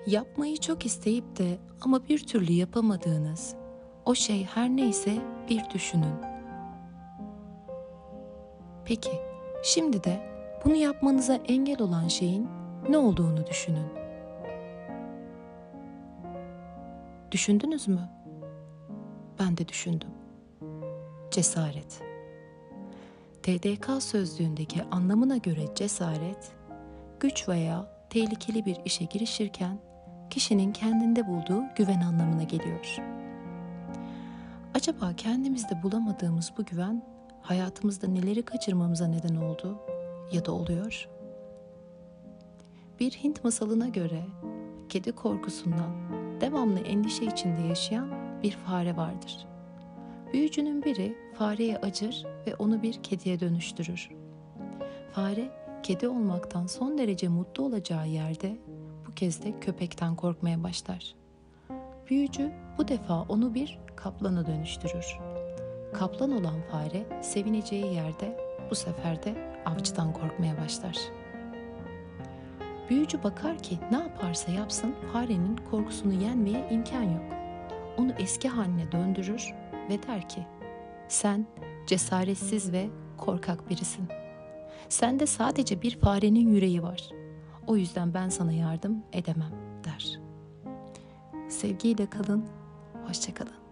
Yapmayı çok isteyip de ama bir türlü yapamadığınız o şey her neyse bir düşünün. Peki, şimdi de bunu yapmanıza engel olan şeyin ne olduğunu düşünün. Düşündünüz mü? Ben de düşündüm. Cesaret. TDK sözlüğündeki anlamına göre cesaret, güç veya tehlikeli bir işe girişirken kişinin kendinde bulduğu güven anlamına geliyor. Acaba kendimizde bulamadığımız bu güven hayatımızda neleri kaçırmamıza neden oldu ya da oluyor? Bir Hint masalına göre kedi korkusundan devamlı endişe içinde yaşayan bir fare vardır. Büyücünün biri fareye acır ve onu bir kediye dönüştürür. Fare, kedi olmaktan son derece mutlu olacağı yerde bu kez de köpekten korkmaya başlar. Büyücü bu defa onu bir kaplana dönüştürür. Kaplan olan fare sevineceği yerde bu sefer de avcıdan korkmaya başlar. Büyücü bakar ki ne yaparsa yapsın farenin korkusunu yenmeye imkan yok. Onu eski haline döndürür ve der ki, sen cesaretsiz ve korkak birisin. Sende sadece bir farenin yüreği var. O yüzden ben sana yardım edemem der. Sevgiyle kalın, hoşça kalın.